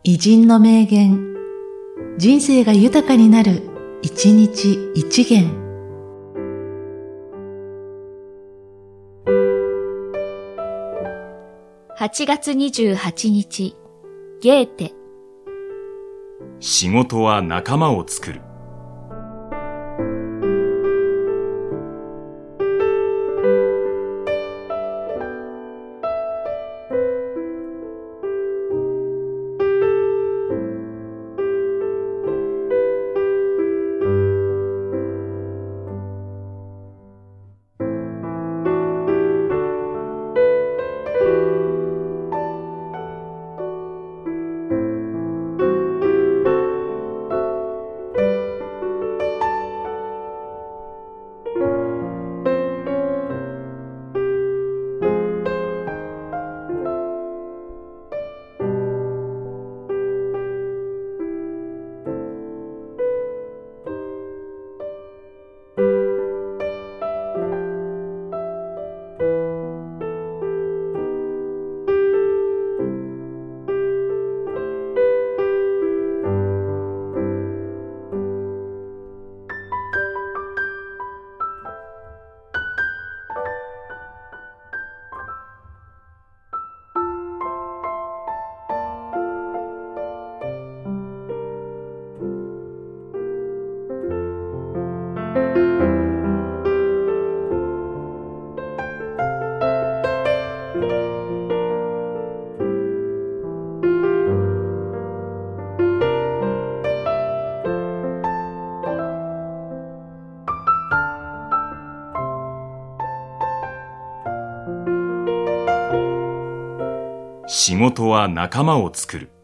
偉人の名言、人生が豊かになる、一日一元。 8月28日、ゲーテ。 仕事は仲間を作る。仕事は仲間を作る。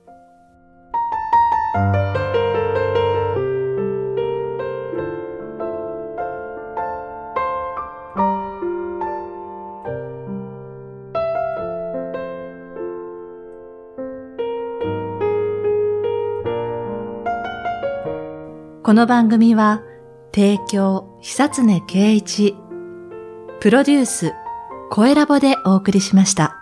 この番組は提供久常圭一、プロデュース声ラボでお送りしました。